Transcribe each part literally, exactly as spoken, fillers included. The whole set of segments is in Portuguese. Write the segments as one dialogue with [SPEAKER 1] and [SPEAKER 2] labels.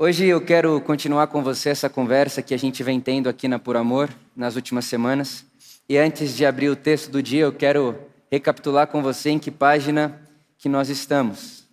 [SPEAKER 1] Hoje eu quero continuar com você essa conversa que a gente vem tendo aqui na Por Amor nas últimas semanas. E antes de abrir o texto do dia, eu quero recapitular com você em que página que nós estamos.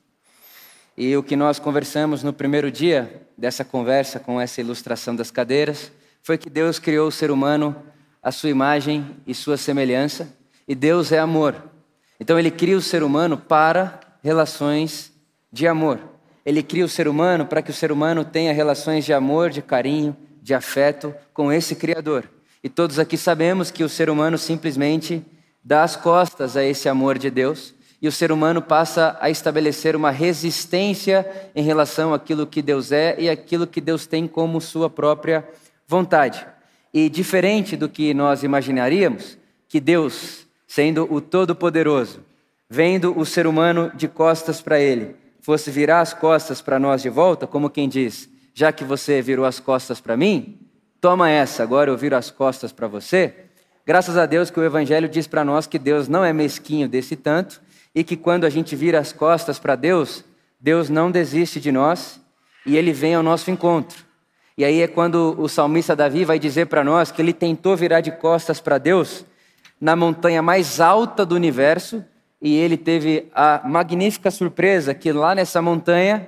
[SPEAKER 1] E o que nós conversamos no primeiro dia dessa conversa com essa ilustração das cadeiras foi que Deus criou o ser humano à sua imagem e sua semelhança, e Deus é amor. Então ele cria o ser humano para relações de amor. Ele cria o ser humano para que o ser humano tenha relações de amor, de carinho, de afeto com esse Criador. E todos aqui sabemos que o ser humano simplesmente dá as costas a esse amor de Deus, e o ser humano passa a estabelecer uma resistência em relação àquilo que Deus é e àquilo que Deus tem como sua própria vontade. E diferente do que nós imaginaríamos, que Deus, sendo o Todo-Poderoso, vendo o ser humano de costas para ele, fosse virar as costas para nós de volta, como quem diz, já que você virou as costas para mim, toma essa, agora eu viro as costas para você. Graças a Deus que o Evangelho diz para nós que Deus não é mesquinho desse tanto, e que quando a gente vira as costas para Deus, Deus não desiste de nós, e Ele vem ao nosso encontro. E aí é quando o salmista Davi vai dizer para nós que ele tentou virar de costas para Deus na montanha mais alta do universo, e ele teve a magnífica surpresa que lá nessa montanha,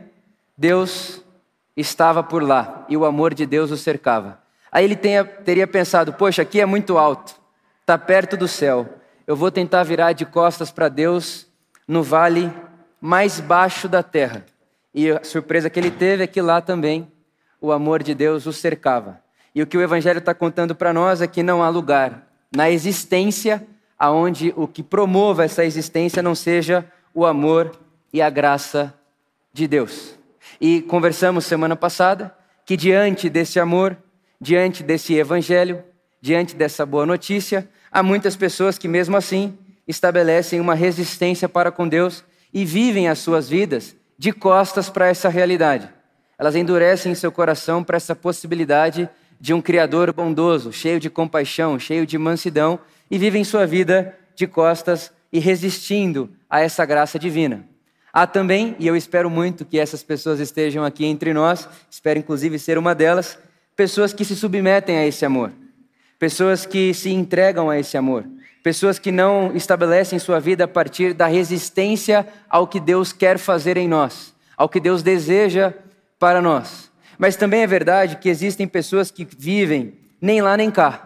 [SPEAKER 1] Deus estava por lá, e o amor de Deus o cercava. Aí ele tenha, teria pensado, poxa, aqui é muito alto, está perto do céu, eu vou tentar virar de costas para Deus no vale mais baixo da terra. E a surpresa que ele teve é que lá também o amor de Deus o cercava. E o que o Evangelho está contando para nós é que não há lugar na existência aonde o que promova essa existência não seja o amor e a graça de Deus. E conversamos semana passada que diante desse amor, diante desse evangelho, diante dessa boa notícia, há muitas pessoas que mesmo assim estabelecem uma resistência para com Deus e vivem as suas vidas de costas para essa realidade. Elas endurecem seu coração para essa possibilidade de um Criador bondoso, cheio de compaixão, cheio de mansidão, e vivem sua vida de costas e resistindo a essa graça divina. Há também, e eu espero muito que essas pessoas estejam aqui entre nós, espero inclusive ser uma delas, pessoas que se submetem a esse amor, pessoas que se entregam a esse amor, pessoas que não estabelecem sua vida a partir da resistência ao que Deus quer fazer em nós, ao que Deus deseja para nós. Mas também é verdade que existem pessoas que vivem nem lá nem cá.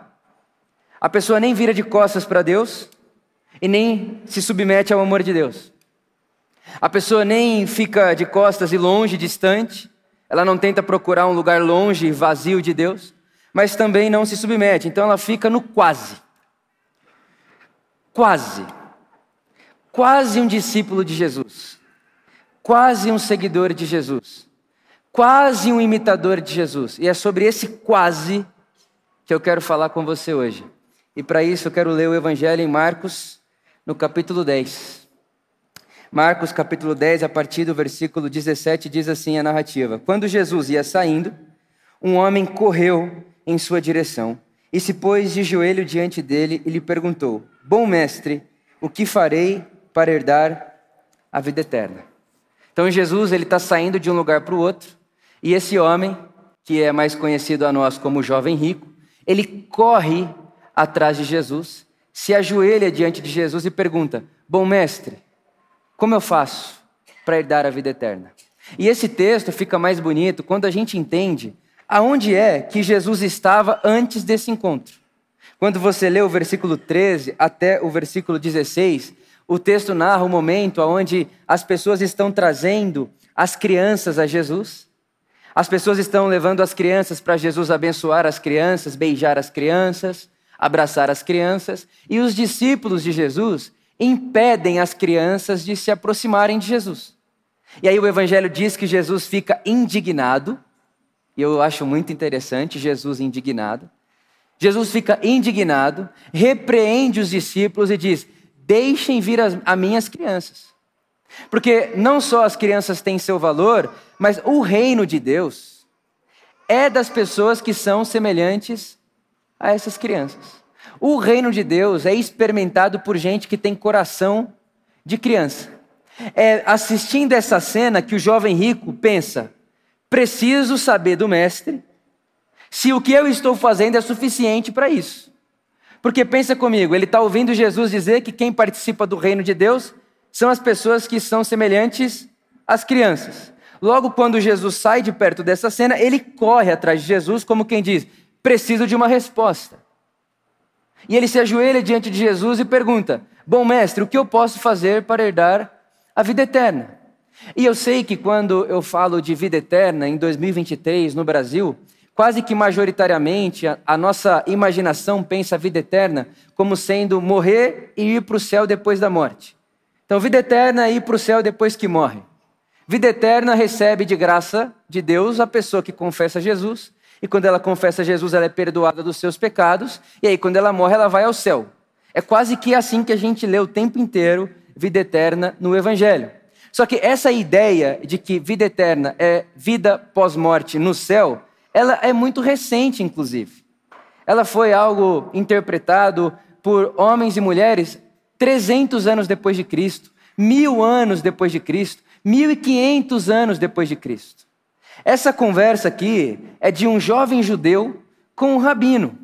[SPEAKER 1] A pessoa nem vira de costas para Deus e nem se submete ao amor de Deus. A pessoa nem fica de costas e longe, distante. Ela não tenta procurar um lugar longe, vazio de Deus, mas também não se submete. Então ela fica no quase. Quase. Quase um discípulo de Jesus. Quase um seguidor de Jesus. Quase um imitador de Jesus. E é sobre esse quase que eu quero falar com você hoje. E para isso eu quero ler o Evangelho em Marcos, no capítulo dez. Marcos, capítulo dez, a partir do versículo dezessete, diz assim a narrativa. Quando Jesus ia saindo, um homem correu em sua direção e se pôs de joelho diante dele e lhe perguntou, bom mestre, o que farei para herdar a vida eterna? Então Jesus ele está saindo de um lugar para o outro, e esse homem, que é mais conhecido a nós como jovem rico, ele corre atrás de Jesus, se ajoelha diante de Jesus e pergunta, bom mestre, como eu faço para herdar a vida eterna? E esse texto fica mais bonito quando a gente entende aonde é que Jesus estava antes desse encontro. Quando você lê o versículo treze até o versículo dezesseis, o texto narra o momento onde as pessoas estão trazendo as crianças a Jesus. As pessoas estão levando as crianças para Jesus abençoar as crianças, beijar as crianças, abraçar as crianças, e os discípulos de Jesus impedem as crianças de se aproximarem de Jesus. E aí o Evangelho diz que Jesus fica indignado, e eu acho muito interessante, Jesus indignado. Jesus fica indignado, repreende os discípulos e diz, deixem vir as, a mim as crianças. Porque não só as crianças têm seu valor, mas o reino de Deus é das pessoas que são semelhantes a essas crianças. O reino de Deus é experimentado por gente que tem coração de criança. É assistindo essa cena que o jovem rico pensa, Preciso saber do mestre se o que eu estou fazendo é suficiente para isso. Porque pensa comigo, ele está ouvindo Jesus dizer que quem participa do reino de Deus são as pessoas que são semelhantes às crianças. Logo, quando Jesus sai de perto dessa cena, ele corre atrás de Jesus como quem diz, preciso de uma resposta. E ele se ajoelha diante de Jesus e pergunta, bom mestre, o que eu posso fazer para herdar a vida eterna? E eu sei que quando eu falo de vida eterna em dois mil e vinte e três no Brasil, quase que majoritariamente a, a nossa imaginação pensa a vida eterna como sendo morrer e ir para o céu depois da morte. Então, vida eterna é ir para o céu depois que morre. Vida eterna recebe de graça de Deus a pessoa que confessa Jesus. E quando ela confessa Jesus, ela é perdoada dos seus pecados. E aí, quando ela morre, ela vai ao céu. É quase que assim que a gente lê o tempo inteiro vida eterna no Evangelho. Só que essa ideia de que vida eterna é vida pós-morte no céu, ela é muito recente, inclusive. Ela foi algo interpretado por homens e mulheres trezentos anos depois de Cristo, mil anos depois de Cristo, mil e quinhentos anos depois de Cristo. Essa conversa aqui é de um jovem judeu com um rabino.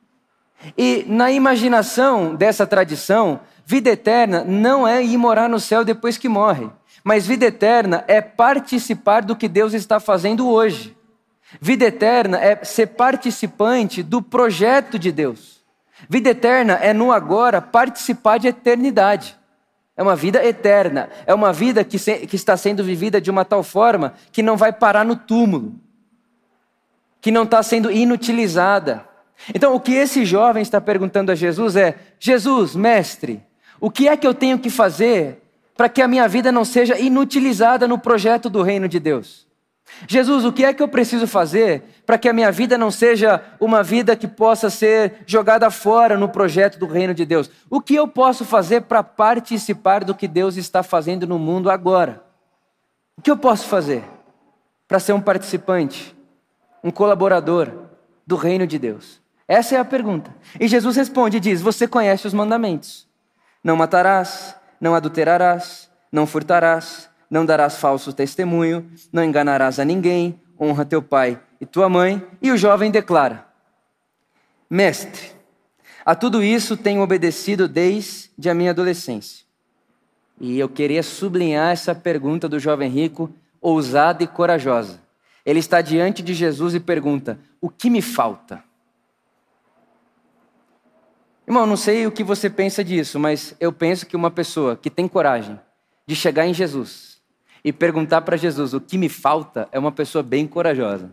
[SPEAKER 1] E na imaginação dessa tradição, vida eterna não é ir morar no céu depois que morre, mas vida eterna é participar do que Deus está fazendo hoje. Vida eterna é ser participante do projeto de Deus. Vida eterna é no agora participar de eternidade. É uma vida eterna, é uma vida que, se, que está sendo vivida de uma tal forma que não vai parar no túmulo, que não está sendo inutilizada. Então o que esse jovem está perguntando a Jesus é, Jesus, mestre, o que é que eu tenho que fazer para que a minha vida não seja inutilizada no projeto do reino de Deus? Jesus, o que é que eu preciso fazer para que a minha vida não seja uma vida que possa ser jogada fora no projeto do reino de Deus? O que eu posso fazer para participar do que Deus está fazendo no mundo agora? O que eu posso fazer para ser um participante, um colaborador do reino de Deus? Essa é a pergunta. E Jesus responde e diz, você conhece os mandamentos. Não matarás, não adulterarás, não furtarás, não darás falso testemunho, não enganarás a ninguém, honra teu pai e tua mãe. E o jovem declara, mestre, a tudo isso tenho obedecido desde a minha adolescência. E eu queria sublinhar essa pergunta do jovem rico, ousada e corajosa. Ele está diante de Jesus e pergunta, o que me falta? Irmão, não sei o que você pensa disso, mas eu penso que uma pessoa que tem coragem de chegar em Jesus e perguntar para Jesus o que me falta é uma pessoa bem corajosa.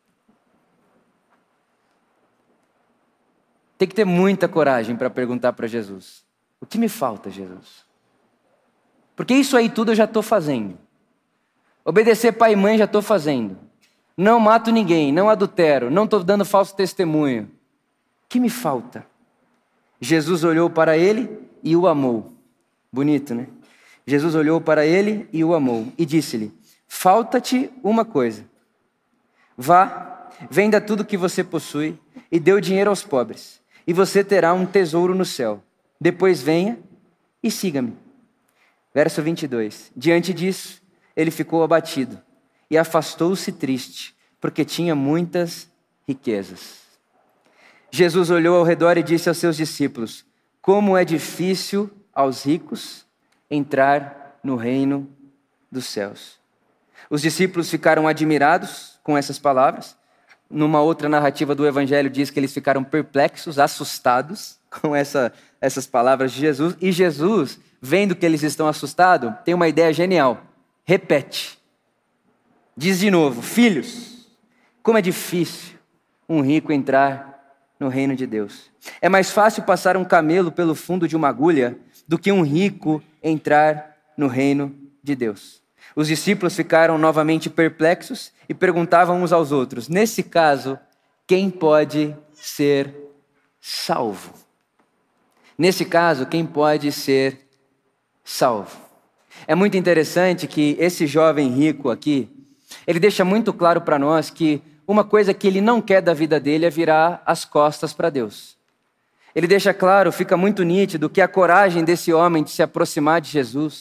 [SPEAKER 1] Tem que ter muita coragem para perguntar para Jesus, o que me falta, Jesus? Porque isso aí tudo eu já estou fazendo. Obedecer pai e mãe já estou fazendo. Não mato ninguém, não adultero, não estou dando falso testemunho. O que me falta? Jesus olhou para ele e o amou. Bonito, né? Jesus olhou para ele e o amou e disse-lhe, falta-te uma coisa. Vá, venda tudo que você possui e dê o dinheiro aos pobres, e você terá um tesouro no céu. Depois venha e siga-me. Verso vinte e dois. Diante disso, ele ficou abatido e afastou-se triste, porque tinha muitas riquezas. Jesus olhou ao redor e disse aos seus discípulos, como é difícil aos ricos entrar no reino dos céus. Os discípulos ficaram admirados com essas palavras. Numa outra narrativa do Evangelho diz que eles ficaram perplexos, assustados com essa, essas palavras de Jesus. E Jesus, vendo que eles estão assustados, tem uma ideia genial. Repete. Diz de novo, filhos, como é difícil um rico entrar no reino de Deus. É mais fácil passar um camelo pelo fundo de uma agulha do que um rico entrar no reino de Deus. Os discípulos ficaram novamente perplexos e perguntavam uns aos outros, nesse caso, quem pode ser salvo? Nesse caso, quem pode ser salvo? É muito interessante que esse jovem rico aqui, ele deixa muito claro para nós que uma coisa que ele não quer da vida dele é virar as costas para Deus. Ele deixa claro, fica muito nítido, que a coragem desse homem de se aproximar de Jesus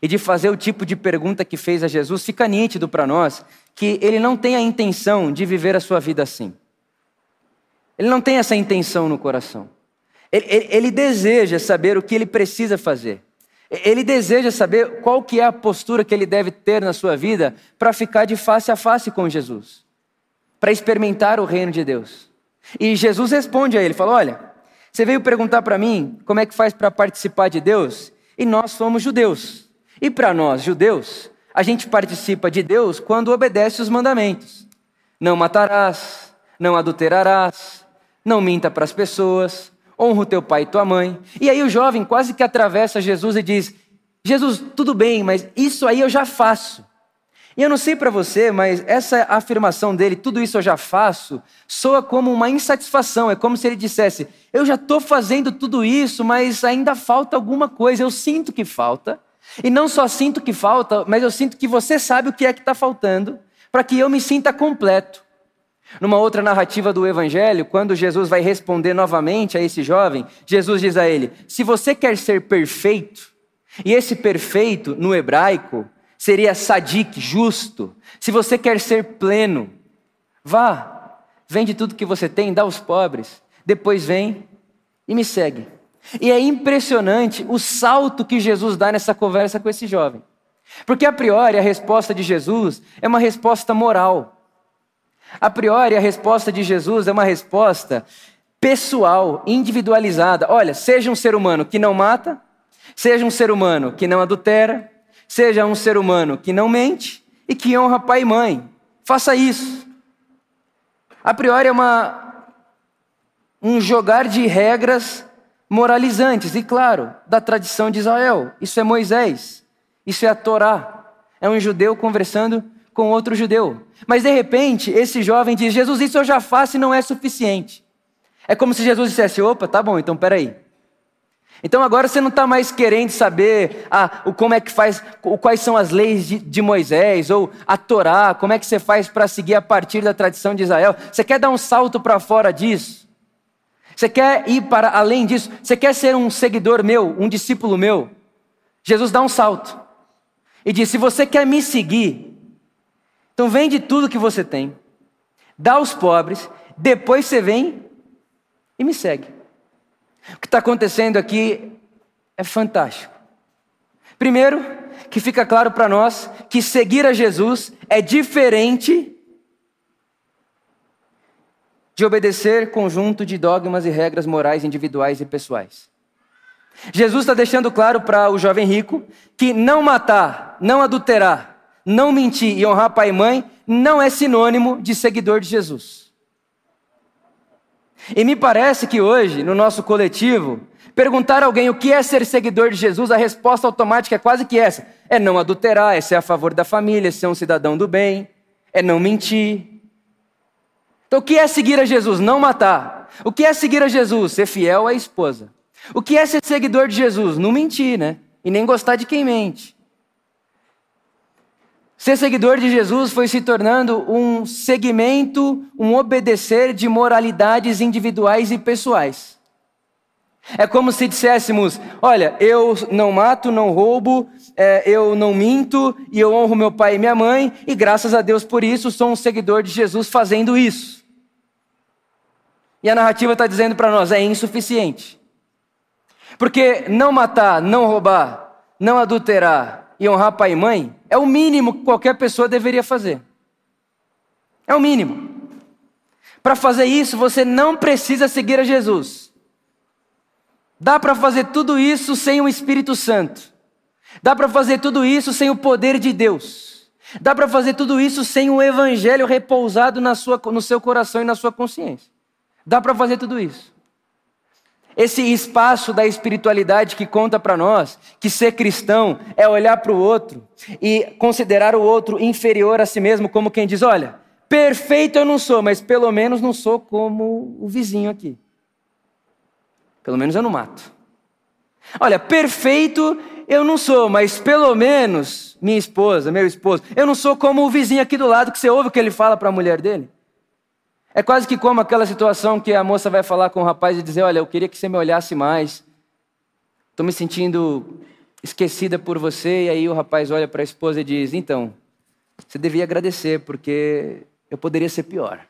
[SPEAKER 1] e de fazer o tipo de pergunta que fez a Jesus, fica nítido para nós que ele não tem a intenção de viver a sua vida assim. Ele não tem essa intenção no coração. Ele, ele, ele deseja saber o que ele precisa fazer. Ele deseja saber qual que é a postura que ele deve ter na sua vida para ficar de face a face com Jesus, para experimentar o reino de Deus. E Jesus responde a ele, fala, olha, você veio perguntar para mim como é que faz para participar de Deus? E nós somos judeus. E para nós, judeus, a gente participa de Deus quando obedece os mandamentos. Não matarás, não adulterarás, não minta para as pessoas, honra o teu pai e tua mãe. E aí o jovem quase que atravessa Jesus e diz, Jesus, tudo bem, mas isso aí eu já faço. E eu não sei para você, mas essa afirmação dele, tudo isso eu já faço, soa como uma insatisfação. É como se ele dissesse, eu já estou fazendo tudo isso, mas ainda falta alguma coisa. Eu sinto que falta. E não só sinto que falta, mas eu sinto que você sabe o que é que está faltando, para que eu me sinta completo. Numa outra narrativa do Evangelho, quando Jesus vai responder novamente a esse jovem, Jesus diz a ele, se você quer ser perfeito, e esse perfeito no hebraico seria sadik, justo, se você quer ser pleno, vá, vende tudo que você tem, dá aos pobres, depois vem e me segue. E é impressionante o salto que Jesus dá nessa conversa com esse jovem. Porque a priori a resposta de Jesus é uma resposta moral. A priori a resposta de Jesus é uma resposta pessoal, individualizada. Olha, seja um ser humano que não mata, seja um ser humano que não adultera, seja um ser humano que não mente e que honra pai e mãe. Faça isso. A priori é uma, um jogar de regras moralizantes, e claro, da tradição de Israel. Isso é Moisés, isso é a Torá. É um judeu conversando com outro judeu. Mas de repente, esse jovem diz, Jesus, isso eu já faço e não é suficiente. É como se Jesus dissesse, opa, tá bom, então peraí. Então agora você não está mais querendo saber ah, o, como é que faz, o, quais são as leis de, de Moisés, ou a Torá, como é que você faz para seguir a partir da tradição de Israel. Você quer dar um salto para fora disso? Você quer ir para além disso? Você quer ser um seguidor meu, um discípulo meu? Jesus dá um salto e diz, se você quer me seguir, então vende tudo que você tem, dá aos pobres, depois você vem e me segue. O que está acontecendo aqui é fantástico. Primeiro, que fica claro para nós que seguir a Jesus é diferente de obedecer conjunto de dogmas e regras morais individuais e pessoais. Jesus está deixando claro para o jovem rico que não matar, não adulterar, não mentir e honrar pai e mãe não é sinônimo de seguidor de Jesus. E me parece que hoje, no nosso coletivo, perguntar a alguém o que é ser seguidor de Jesus, a resposta automática é quase que essa. É não adulterar, é ser a favor da família, é ser um cidadão do bem, é não mentir. Então o que é seguir a Jesus? Não matar. O que é seguir a Jesus? Ser fiel à esposa. O que é ser seguidor de Jesus? Não mentir, né? E nem gostar de quem mente. Ser seguidor de Jesus foi se tornando um segmento, um obedecer de moralidades individuais e pessoais. É como se disséssemos, olha, eu não mato, não roubo, é, eu não minto, e eu honro meu pai e minha mãe, e graças a Deus por isso sou um seguidor de Jesus fazendo isso. E a narrativa está dizendo para nós, é insuficiente. Porque não matar, não roubar, não adulterar e honrar pai e mãe é o mínimo que qualquer pessoa deveria fazer. É o mínimo. Para fazer isso, você não precisa seguir a Jesus. Dá para fazer tudo isso sem o Espírito Santo. Dá para fazer tudo isso sem o poder de Deus. Dá para fazer tudo isso sem o Evangelho repousado na sua, no seu coração e na sua consciência. Dá para fazer tudo isso. Esse espaço da espiritualidade que conta para nós que ser cristão é olhar para o outro e considerar o outro inferior a si mesmo, como quem diz, olha, perfeito eu não sou, mas pelo menos não sou como o vizinho aqui. Pelo menos eu não mato. Olha, perfeito eu não sou, mas pelo menos minha esposa, meu esposo, eu não sou como o vizinho aqui do lado que você ouve o que ele fala para a mulher dele. É quase que como aquela situação que a moça vai falar com o rapaz e dizer, olha, eu queria que você me olhasse mais. Estou me sentindo esquecida por você, e aí o rapaz olha para a esposa e diz, então, você devia agradecer, porque eu poderia ser pior.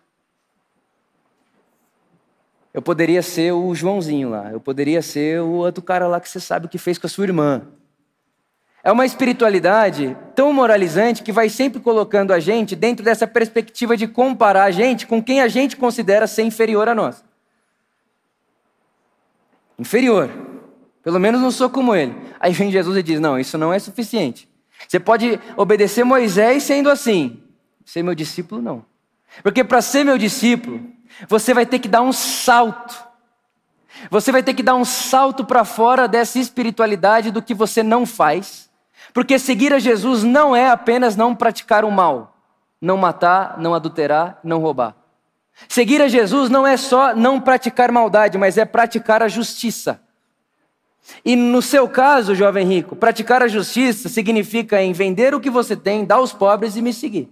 [SPEAKER 1] Eu poderia ser o Joãozinho lá, eu poderia ser o outro cara lá que você sabe o que fez com a sua irmã. É uma espiritualidade tão moralizante que vai sempre colocando a gente dentro dessa perspectiva de comparar a gente com quem a gente considera ser inferior a nós. Inferior. Pelo menos não sou como ele. Aí vem Jesus e diz, não, isso não é suficiente. Você pode obedecer Moisés sendo assim. Ser meu discípulo, não. Porque para ser meu discípulo, você vai ter que dar um salto. Você vai ter que dar um salto para fora dessa espiritualidade do que você não faz. Porque seguir a Jesus não é apenas não praticar o mal. Não matar, não adulterar, não roubar. Seguir a Jesus não é só não praticar maldade, mas é praticar a justiça. E no seu caso, jovem rico, praticar a justiça significa em vender o que você tem, dar aos pobres e me seguir.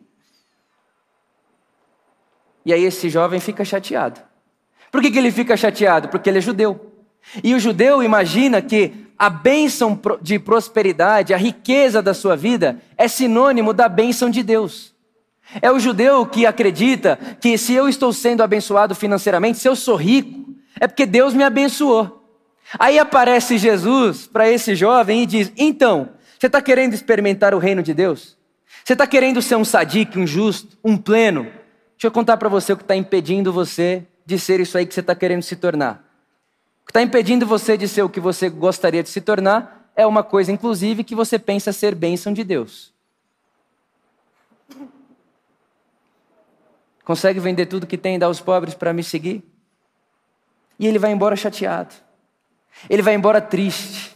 [SPEAKER 1] E aí esse jovem fica chateado. Por que que ele fica chateado? Porque ele é judeu. E o judeu imagina que a bênção de prosperidade, a riqueza da sua vida, é sinônimo da bênção de Deus. É o judeu que acredita que se eu estou sendo abençoado financeiramente, se eu sou rico, é porque Deus me abençoou. Aí aparece Jesus para esse jovem e diz, então, você está querendo experimentar o reino de Deus? Você está querendo ser um sadique, um justo, um pleno? Deixa eu contar para você o que está impedindo você de ser isso aí que você está querendo se tornar. O que está impedindo você de ser o que você gostaria de se tornar é uma coisa, inclusive, que você pensa ser bênção de Deus. Consegue vender tudo que tem e dar aos pobres para me seguir? E ele vai embora chateado. Ele vai embora triste.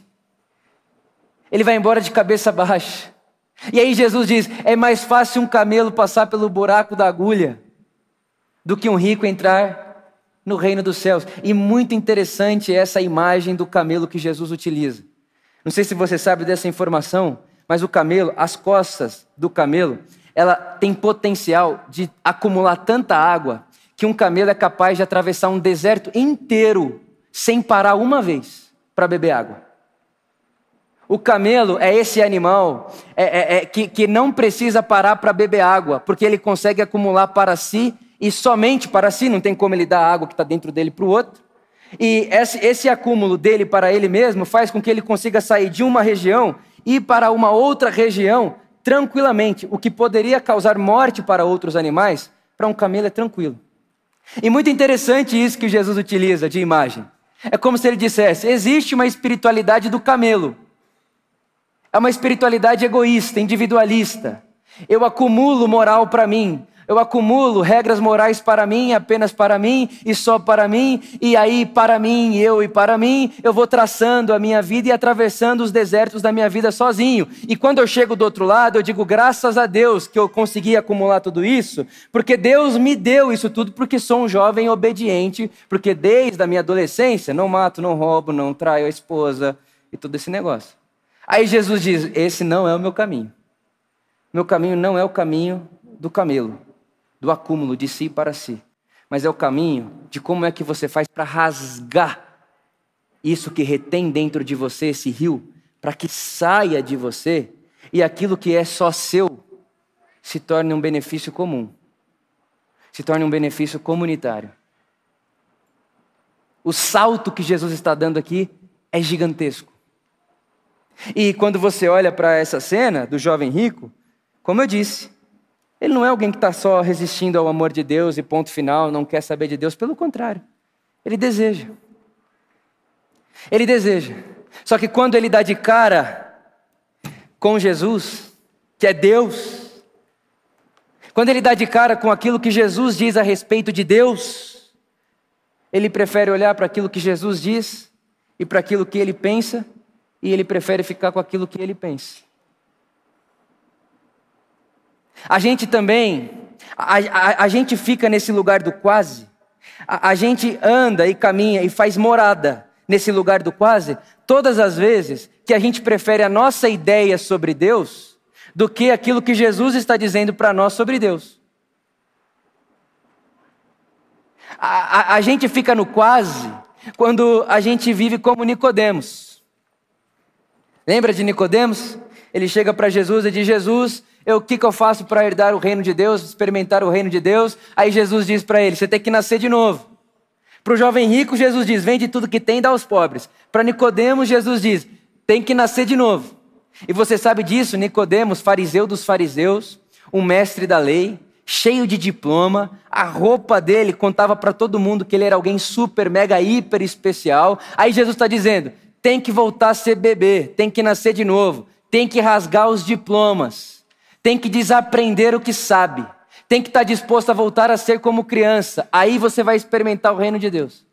[SPEAKER 1] Ele vai embora de cabeça baixa. E aí Jesus diz, é mais fácil um camelo passar pelo buraco da agulha do que um rico entrar no reino dos céus. E muito interessante essa imagem do camelo que Jesus utiliza. Não sei se você sabe dessa informação, mas o camelo, as costas do camelo, ela tem potencial de acumular tanta água que um camelo é capaz de atravessar um deserto inteiro sem parar uma vez para beber água. O camelo é esse animal é, é, é, que, que não precisa parar para beber água, porque ele consegue acumular para si e somente para si, não tem como ele dar a água que está dentro dele para o outro. E esse, esse acúmulo dele para ele mesmo faz com que ele consiga sair de uma região e ir para uma outra região tranquilamente. O que poderia causar morte para outros animais, para um camelo é tranquilo. E muito interessante isso que Jesus utiliza de imagem. É como se ele dissesse, existe uma espiritualidade do camelo. É uma espiritualidade egoísta, individualista. Eu acumulo moral para mim. Eu acumulo regras morais para mim, apenas para mim e só para mim. E aí, para mim, eu e para mim, eu vou traçando a minha vida e atravessando os desertos da minha vida sozinho. E quando eu chego do outro lado, eu digo, graças a Deus que eu consegui acumular tudo isso, porque Deus me deu isso tudo, porque sou um jovem obediente, porque desde a minha adolescência, não mato, não roubo, não traio a esposa e todo esse negócio. Aí Jesus diz, esse não é o meu caminho. Meu caminho não é o caminho do camelo, do acúmulo de si para si, mas é o caminho de como é que você faz para rasgar isso que retém dentro de você, esse rio, para que saia de você e aquilo que é só seu se torne um benefício comum, se torne um benefício comunitário. O salto que Jesus está dando aqui é gigantesco. E quando você olha para essa cena do jovem rico, como eu disse, ele não é alguém que está só resistindo ao amor de Deus e ponto final, não quer saber de Deus. Pelo contrário, ele deseja. Ele deseja. Só que quando ele dá de cara com Jesus, que é Deus, quando ele dá de cara com aquilo que Jesus diz a respeito de Deus, ele prefere olhar para aquilo que Jesus diz e para aquilo que ele pensa, e ele prefere ficar com aquilo que ele pensa. A gente também, a, a, a gente fica nesse lugar do quase, a, a gente anda e caminha e faz morada nesse lugar do quase, todas as vezes que a gente prefere a nossa ideia sobre Deus, do que aquilo que Jesus está dizendo para nós sobre Deus. A, a, a gente fica no quase, quando a gente vive como Nicodemos. Lembra de Nicodemos? Ele chega para Jesus e diz: Jesus, eu, o que, que eu faço para herdar o reino de Deus, experimentar o reino de Deus? Aí Jesus diz para ele: você tem que nascer de novo. Para o jovem rico, Jesus diz: vende tudo que tem e dá aos pobres. Para Nicodemos, Jesus diz: tem que nascer de novo. E você sabe disso, Nicodemos, fariseu dos fariseus, um mestre da lei, cheio de diploma, a roupa dele contava para todo mundo que ele era alguém super, mega, hiper especial. Aí Jesus está dizendo: tem que voltar a ser bebê, tem que nascer de novo, tem que rasgar os diplomas, tem que desaprender o que sabe, tem que estar disposto a voltar a ser como criança. Aí você vai experimentar o reino de Deus.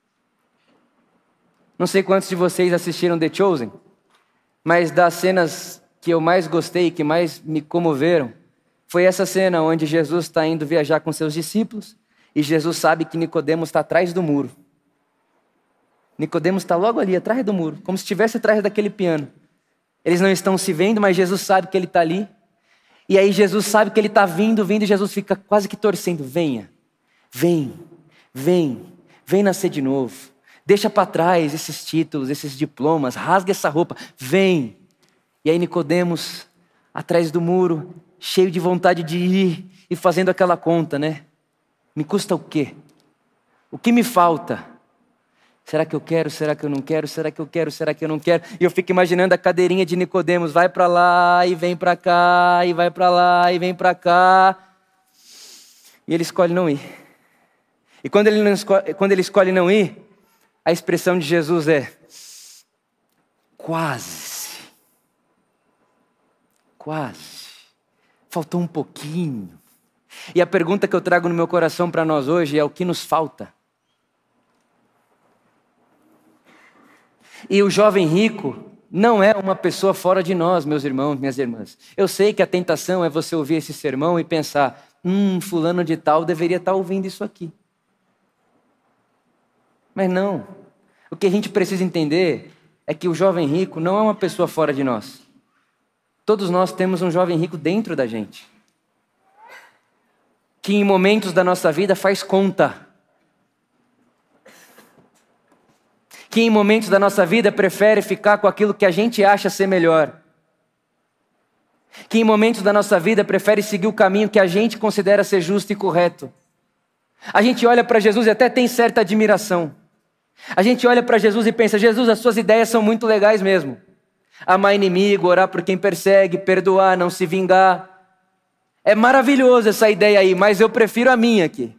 [SPEAKER 1] Não sei quantos de vocês assistiram The Chosen, mas das cenas que eu mais gostei, que mais me comoveram, foi essa cena onde Jesus está indo viajar com seus discípulos e Jesus sabe que Nicodemos está atrás do muro. Nicodemos está logo ali, atrás do muro, como se estivesse atrás daquele piano. Eles não estão se vendo, mas Jesus sabe que ele está ali. E aí Jesus sabe que ele está vindo, vindo, e Jesus fica quase que torcendo: venha, vem, vem, vem nascer de novo. Deixa para trás esses títulos, esses diplomas, rasga essa roupa, vem. E aí Nicodemos, atrás do muro, cheio de vontade de ir e fazendo aquela conta, né? Me custa o quê? O que me falta? Será que eu quero? Será que eu não quero? Será que eu quero? Será que eu não quero? E eu fico imaginando a cadeirinha de Nicodemos, vai para lá e vem para cá, e vai para lá e vem para cá. E ele escolhe não ir. E quando ele, não escolhe, quando ele escolhe não ir, a expressão de Jesus é: quase. Quase. Faltou um pouquinho. E a pergunta que eu trago no meu coração para nós hoje é: o que nos falta? E o jovem rico não é uma pessoa fora de nós, meus irmãos, minhas irmãs. Eu sei que a tentação é você ouvir esse sermão e pensar: hum, fulano de tal deveria estar ouvindo isso aqui. Mas não. O que a gente precisa entender é que o jovem rico não é uma pessoa fora de nós. Todos nós temos um jovem rico dentro da gente, que em momentos da nossa vida faz conta, que em momentos da nossa vida prefere ficar com aquilo que a gente acha ser melhor, que em momentos da nossa vida prefere seguir o caminho que a gente considera ser justo e correto. A gente olha para Jesus e até tem certa admiração. A gente olha para Jesus e pensa: Jesus, as suas ideias são muito legais mesmo. Amar inimigo, orar por quem persegue, perdoar, não se vingar. É maravilhoso essa ideia aí, mas eu prefiro a minha aqui.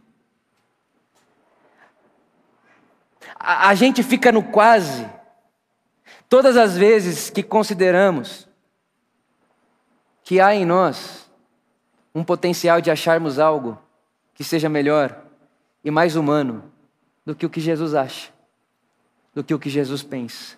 [SPEAKER 1] A, a gente fica no quase todas as vezes que consideramos que há em nós um potencial de acharmos algo que seja melhor e mais humano do que o que Jesus acha, do que o que Jesus pensa.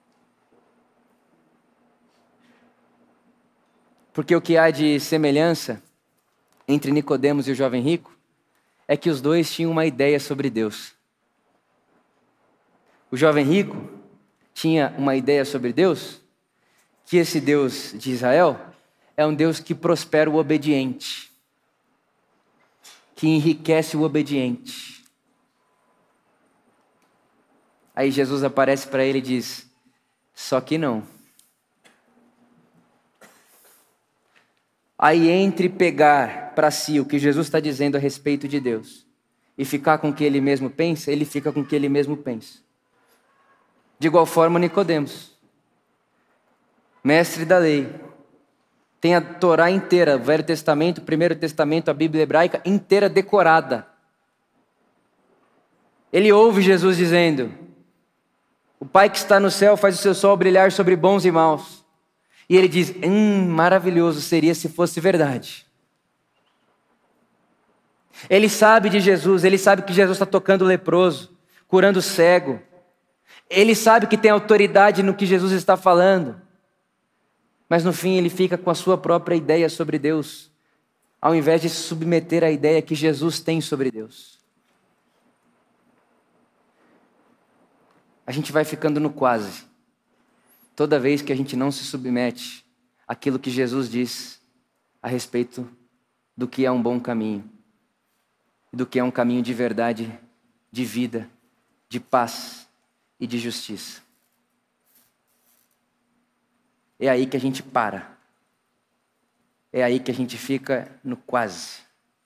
[SPEAKER 1] Porque o que há de semelhança entre Nicodemos e o jovem rico é que os dois tinham uma ideia sobre Deus. O jovem rico tinha uma ideia sobre Deus, que esse Deus de Israel é um Deus que prospera o obediente, que enriquece o obediente. Aí Jesus aparece para ele e diz: só que não. Aí entre pegar para si o que Jesus está dizendo a respeito de Deus e ficar com o que ele mesmo pensa, ele fica com o que ele mesmo pensa. De igual forma, Nicodemos, mestre da lei, tem a Torá inteira, o Velho Testamento, o Primeiro Testamento, a Bíblia hebraica inteira decorada. Ele ouve Jesus dizendo: o Pai que está no céu faz o seu sol brilhar sobre bons e maus. E ele diz: hum, maravilhoso seria se fosse verdade. Ele sabe de Jesus, ele sabe que Jesus está tocando o leproso, curando o cego. Ele sabe que tem autoridade no que Jesus está falando. Mas no fim ele fica com a sua própria ideia sobre Deus, ao invés de se submeter à ideia que Jesus tem sobre Deus. A gente vai ficando no quase toda vez que a gente não se submete àquilo que Jesus diz a respeito do que é um bom caminho, do que é um caminho de verdade, de vida, de paz e de justiça. é aí que a gente para. É aí que a gente fica no quase.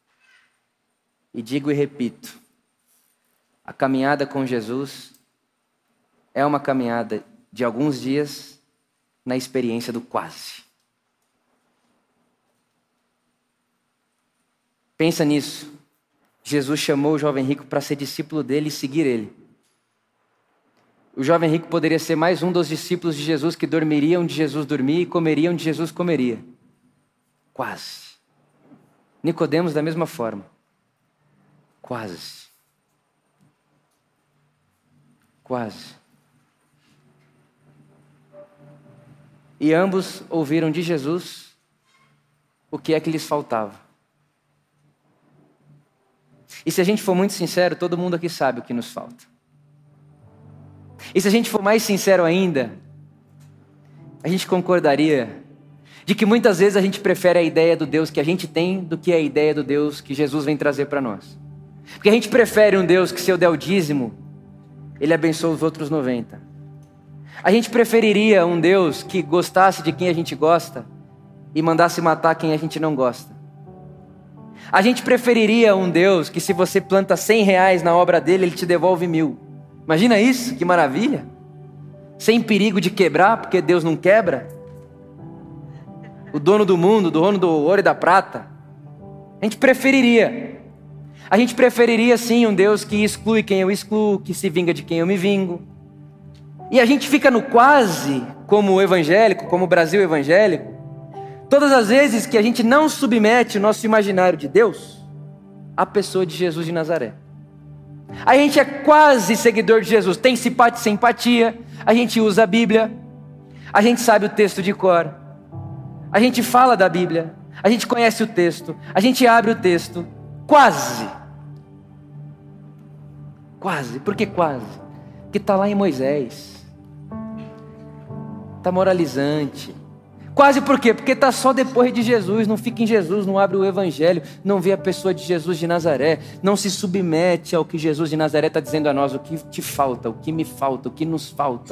[SPEAKER 1] E digo e repito, a caminhada com Jesus é uma caminhada de alguns dias na experiência do quase. Pensa nisso. Jesus chamou o jovem rico para ser discípulo dele e seguir ele. O jovem rico poderia ser mais um dos discípulos de Jesus que dormiriam onde Jesus dormia e comeriam onde Jesus comeria. Quase. Nicodemos da mesma forma. Quase. Quase. E ambos ouviram de Jesus o que é que lhes faltava. E se a gente for muito sincero, todo mundo aqui sabe o que nos falta. E se a gente for mais sincero ainda, a gente concordaria de que muitas vezes a gente prefere a ideia do Deus que a gente tem do que a ideia do Deus que Jesus vem trazer para nós. Porque a gente prefere um Deus que, se eu der o dízimo, Ele abençoa os outros noventa. A gente preferiria um Deus que gostasse de quem a gente gosta e mandasse matar quem a gente não gosta. A gente preferiria um Deus que, se você planta cem reais na obra dele, Ele te devolve mil. Imagina isso, que maravilha. Sem perigo de quebrar, porque Deus não quebra. O dono do mundo, o dono do ouro e da prata. A gente preferiria. A gente preferiria sim um Deus que exclui quem eu excluo, que se vinga de quem eu me vingo. E a gente fica no quase, como evangélico, como o Brasil evangélico, todas as vezes que a gente não submete o nosso imaginário de Deus à pessoa de Jesus de Nazaré. A gente é quase seguidor de Jesus, tem simpatia, a gente usa a Bíblia, a gente sabe o texto de cor, a gente fala da Bíblia, a gente conhece o texto, a gente abre o texto, quase. Quase, por que quase? Porque está lá em Moisés, está moralizante. Quase por quê? Porque está só depois de Jesus, não fica em Jesus, não abre o Evangelho, não vê a pessoa de Jesus de Nazaré, não se submete ao que Jesus de Nazaré está dizendo a nós, o que te falta, o que me falta, o que nos falta.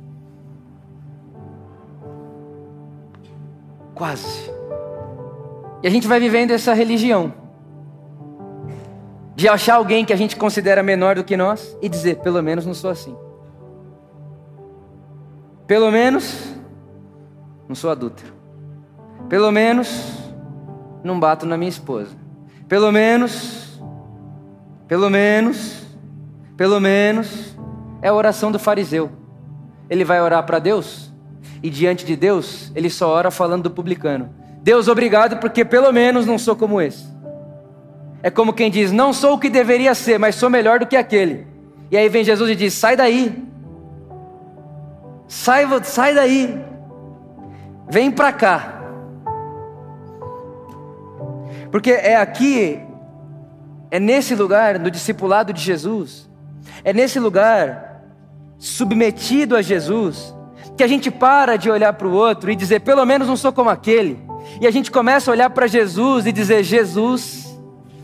[SPEAKER 1] Quase. E a gente vai vivendo essa religião de achar alguém que a gente considera menor do que nós e dizer, pelo menos não sou assim. Pelo menos não sou adúltero. Pelo menos não bato na minha esposa. Pelo menos, pelo menos, pelo menos, é a oração do fariseu. Ele vai orar para Deus e diante de Deus, ele só ora falando do publicano. Deus, obrigado, porque pelo menos não sou como esse. É como quem diz, não sou o que deveria ser, mas sou melhor do que aquele. E aí vem Jesus e diz, sai daí. Sai, sai daí. Vem para cá. Porque é aqui, é nesse lugar, no discipulado de Jesus, é nesse lugar, submetido a Jesus, que a gente para de olhar para o outro e dizer, pelo menos não sou como aquele. E a gente começa a olhar para Jesus e dizer, Jesus,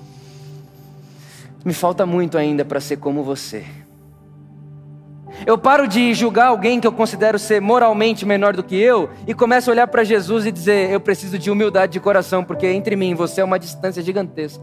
[SPEAKER 1] me falta muito ainda para ser como você. Eu paro de julgar alguém que eu considero ser moralmente menor do que eu e começo a olhar para Jesus e dizer, eu preciso de humildade de coração, porque entre mim e você é uma distância gigantesca.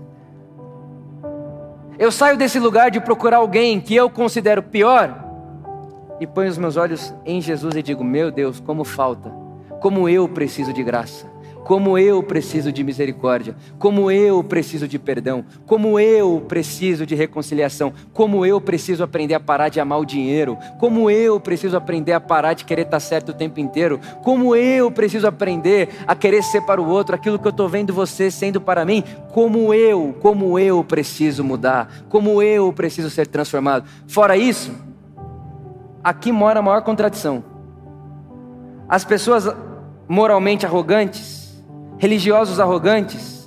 [SPEAKER 1] Eu saio desse lugar de procurar alguém que eu considero pior e ponho os meus olhos em Jesus e digo, meu Deus, como falta, como eu preciso de graça. Como eu preciso de misericórdia, como eu preciso de perdão, como eu preciso de reconciliação, como eu preciso aprender a parar de amar o dinheiro, como eu preciso aprender a parar de querer estar certo o tempo inteiro, como eu preciso aprender a querer ser para o outro aquilo que eu estou vendo você sendo para mim, como eu, como eu preciso mudar, como eu preciso ser transformado. Fora isso, aqui mora a maior contradição. As pessoas moralmente arrogantes, religiosos arrogantes,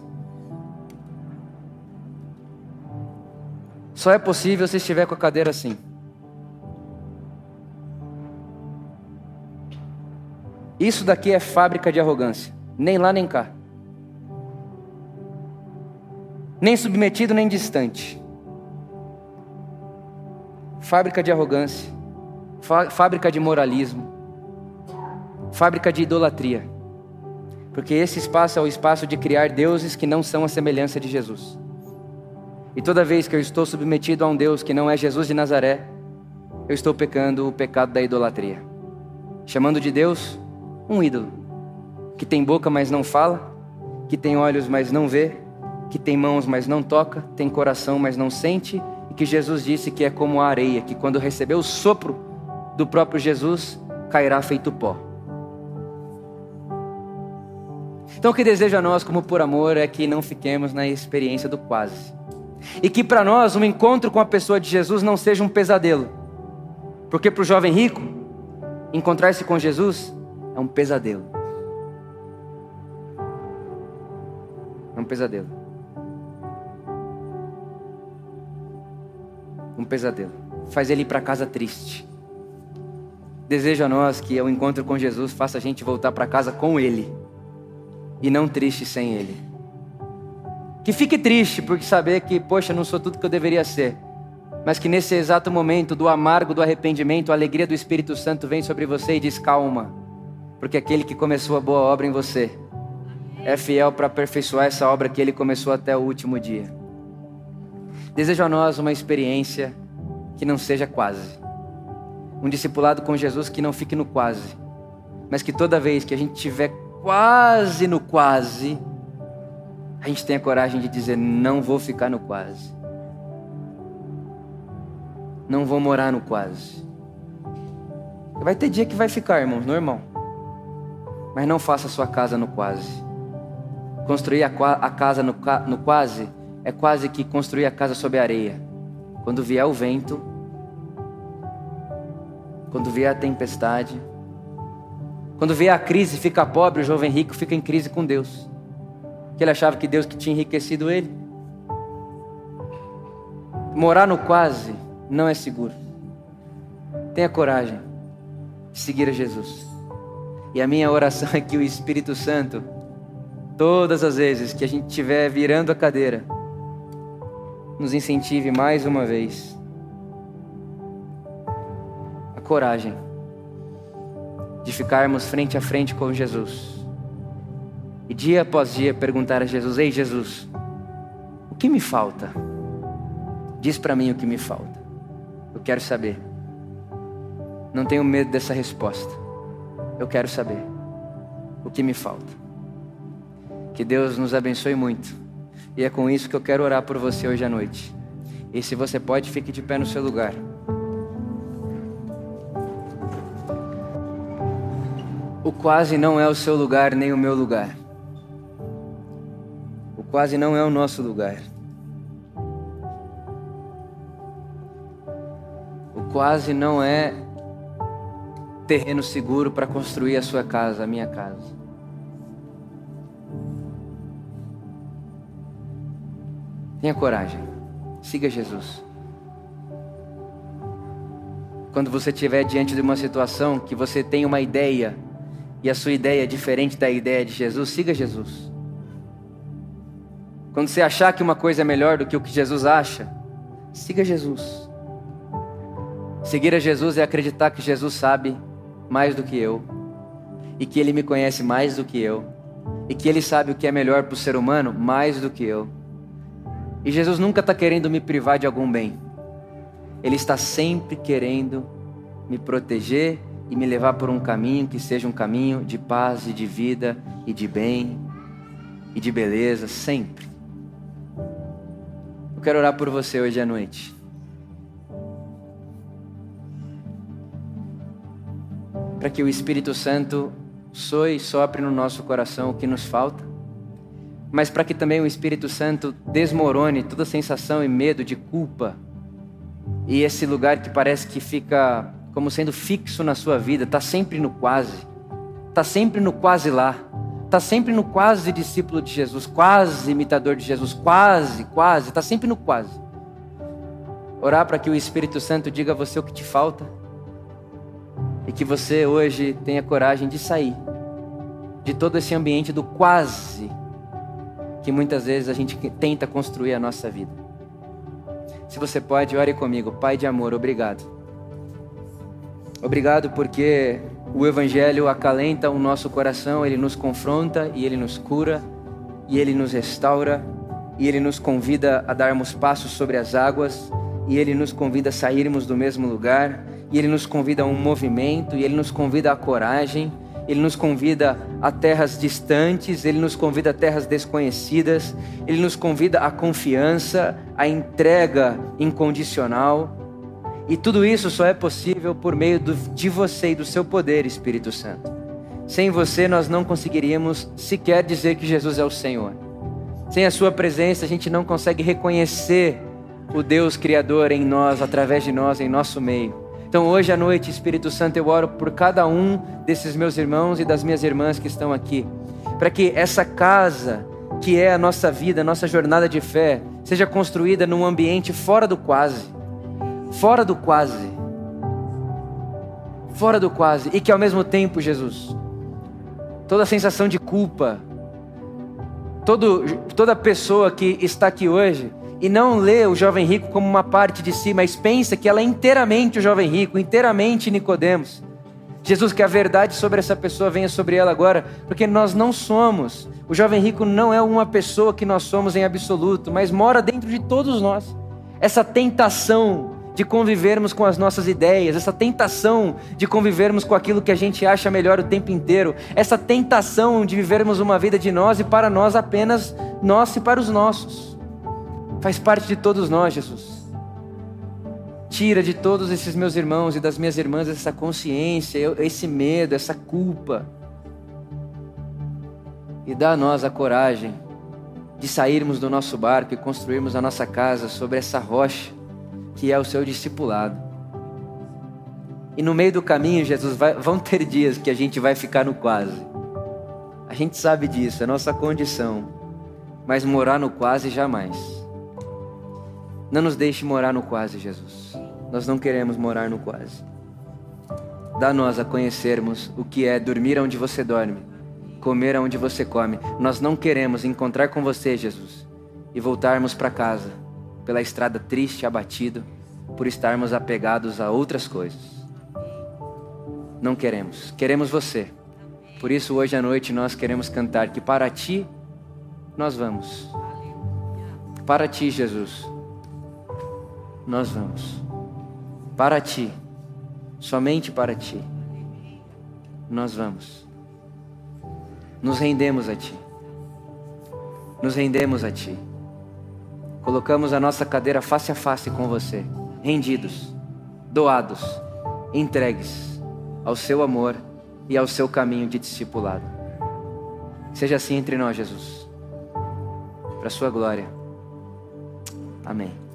[SPEAKER 1] só é possível se estiver com a cadeira assim. Isso daqui é fábrica de arrogância, nem lá nem cá, nem submetido nem distante. Fábrica de arrogância, fábrica de moralismo, fábrica de idolatria. Porque esse espaço é o espaço de criar deuses que não são a semelhança de Jesus. E toda vez que eu estou submetido a um Deus que não é Jesus de Nazaré, eu estou pecando o pecado da idolatria. Chamando de Deus um ídolo, que tem boca, mas não fala, que tem olhos, mas não vê, que tem mãos, mas não toca, tem coração, mas não sente, e que Jesus disse que é como a areia, que quando receber o sopro do próprio Jesus, cairá feito pó. Então o que desejo a nós como por amor é que não fiquemos na experiência do quase. E que para nós um encontro com a pessoa de Jesus não seja um pesadelo. Porque para o jovem rico, encontrar-se com Jesus é um pesadelo. É um pesadelo. Um pesadelo. Faz ele ir para casa triste. Desejo a nós que o encontro com Jesus faça a gente voltar para casa com Ele. E não triste sem Ele. Que fique triste porque saber que, poxa, não sou tudo que eu deveria ser. Mas que nesse exato momento do amargo do arrependimento, a alegria do Espírito Santo vem sobre você e diz: calma. Porque aquele que começou a boa obra em você é fiel para aperfeiçoar essa obra que Ele começou até o último dia. Desejo a nós uma experiência que não seja quase. Um discipulado com Jesus que não fique no quase. Mas que toda vez que a gente estiver quase no quase, a gente tenha coragem de dizer: não vou ficar no quase. Não vou morar no quase. Vai ter dia que vai ficar, irmãos, normal. Mas não faça a sua casa no quase. Construir a, a casa no, no quase é quase que construir a casa sob a areia. Quando vier o vento, quando vier a tempestade, quando vier a crise, fica pobre, o jovem rico fica em crise com Deus. Porque ele achava que Deus que tinha enriquecido ele. Morar no quase não é seguro. Tenha coragem de seguir a Jesus. E a minha oração é que o Espírito Santo, todas as vezes que a gente estiver virando a cadeira, nos incentive mais uma vez a coragem de ficarmos frente a frente com Jesus. E dia após dia perguntar a Jesus: ei Jesus, o que me falta? Diz para mim o que me falta. Eu quero saber. Não tenho medo dessa resposta. Eu quero saber o que me falta. Que Deus nos abençoe muito. E é com isso que eu quero orar por você hoje à noite. E se você pode, fique de pé no seu lugar. O quase não é o seu lugar nem o meu lugar. O quase não é o nosso lugar. O quase não é terreno seguro para construir a sua casa, a minha casa. Tenha coragem. Siga Jesus. Quando você estiver diante de uma situação que você tem uma ideia e a sua ideia é diferente da ideia de Jesus, siga Jesus. Quando você achar que uma coisa é melhor do que o que Jesus acha, siga Jesus. Seguir a Jesus é acreditar que Jesus sabe mais do que eu, e que Ele me conhece mais do que eu, e que Ele sabe o que é melhor para o ser humano mais do que eu. E Jesus nunca está querendo me privar de algum bem. Ele está sempre querendo me proteger e me levar por um caminho que seja um caminho de paz e de vida e de bem e de beleza, sempre. Eu quero orar por você hoje à noite. Para que o Espírito Santo soe e sopre no nosso coração o que nos falta, mas para que também o Espírito Santo desmorone toda sensação e medo de culpa e esse lugar que parece que fica como sendo fixo na sua vida, está sempre no quase, está sempre no quase lá, está sempre no quase discípulo de Jesus, quase imitador de Jesus, quase, quase, está sempre no quase. Orar para que o Espírito Santo diga a você o que te falta e que você hoje tenha coragem de sair de todo esse ambiente do quase que muitas vezes a gente tenta construir a nossa vida. Se você pode, ore comigo. Pai de amor, obrigado. Obrigado porque O Evangelho acalenta o nosso coração, ele nos confronta e ele nos cura, e ele nos restaura, e ele nos convida a darmos passos sobre as águas, e ele nos convida a sairmos do mesmo lugar, e ele nos convida a um movimento, e ele nos convida à coragem, ele nos convida a terras distantes, ele nos convida a terras desconhecidas, ele nos convida à confiança, à entrega incondicional. E tudo isso só é possível por meio do, de você e do seu poder, Espírito Santo. Sem você nós não conseguiríamos sequer dizer que Jesus é o Senhor. Sem a sua presença a gente não consegue reconhecer o Deus Criador em nós, através de nós, em nosso meio. Então hoje à noite, Espírito Santo, eu oro por cada um desses meus irmãos e das minhas irmãs que estão aqui, para que essa casa, que é a nossa vida, a nossa jornada de fé, seja construída num ambiente fora do quase, fora do quase, fora do quase, e que ao mesmo tempo, Jesus, toda a sensação de culpa, todo, toda pessoa que está aqui hoje e não lê o jovem rico como uma parte de si, mas pensa que ela é inteiramente o jovem rico, inteiramente Nicodemos. Jesus, que a verdade sobre essa pessoa venha sobre ela agora, porque nós não somos, o jovem rico não é uma pessoa que nós somos em absoluto, mas mora dentro de todos nós. Essa tentação de convivermos com as nossas ideias, essa tentação de convivermos com aquilo que a gente acha melhor o tempo inteiro, essa tentação de vivermos uma vida de nós e para nós apenas nós e para os nossos. Faz parte de todos nós, Jesus. Tira de todos esses meus irmãos e das minhas irmãs essa consciência, esse medo, essa culpa. E dá a nós a coragem de sairmos do nosso barco e construirmos a nossa casa sobre essa rocha que é o seu discipulado. E no meio do caminho, Jesus, vai, vão ter dias que a gente vai ficar no quase. A gente sabe disso, é a nossa condição. Mas morar no quase jamais. Não nos deixe morar no quase, Jesus. Nós não queremos morar no quase. Dá-nos a conhecermos o que é dormir onde você dorme, comer onde você come. Nós não queremos encontrar com você, Jesus, e voltarmos para casa pela estrada triste, abatido, por estarmos apegados a outras coisas. Não queremos. Queremos você. Por isso hoje à noite nós queremos cantar que para ti nós vamos. Para ti, Jesus, nós vamos. Para ti, somente para ti, nós vamos. Nos rendemos a ti. Nos rendemos a ti. Colocamos a nossa cadeira face a face com você, rendidos, doados, entregues ao seu amor e ao seu caminho de discipulado. Seja assim entre nós, Jesus, para a sua glória. Amém.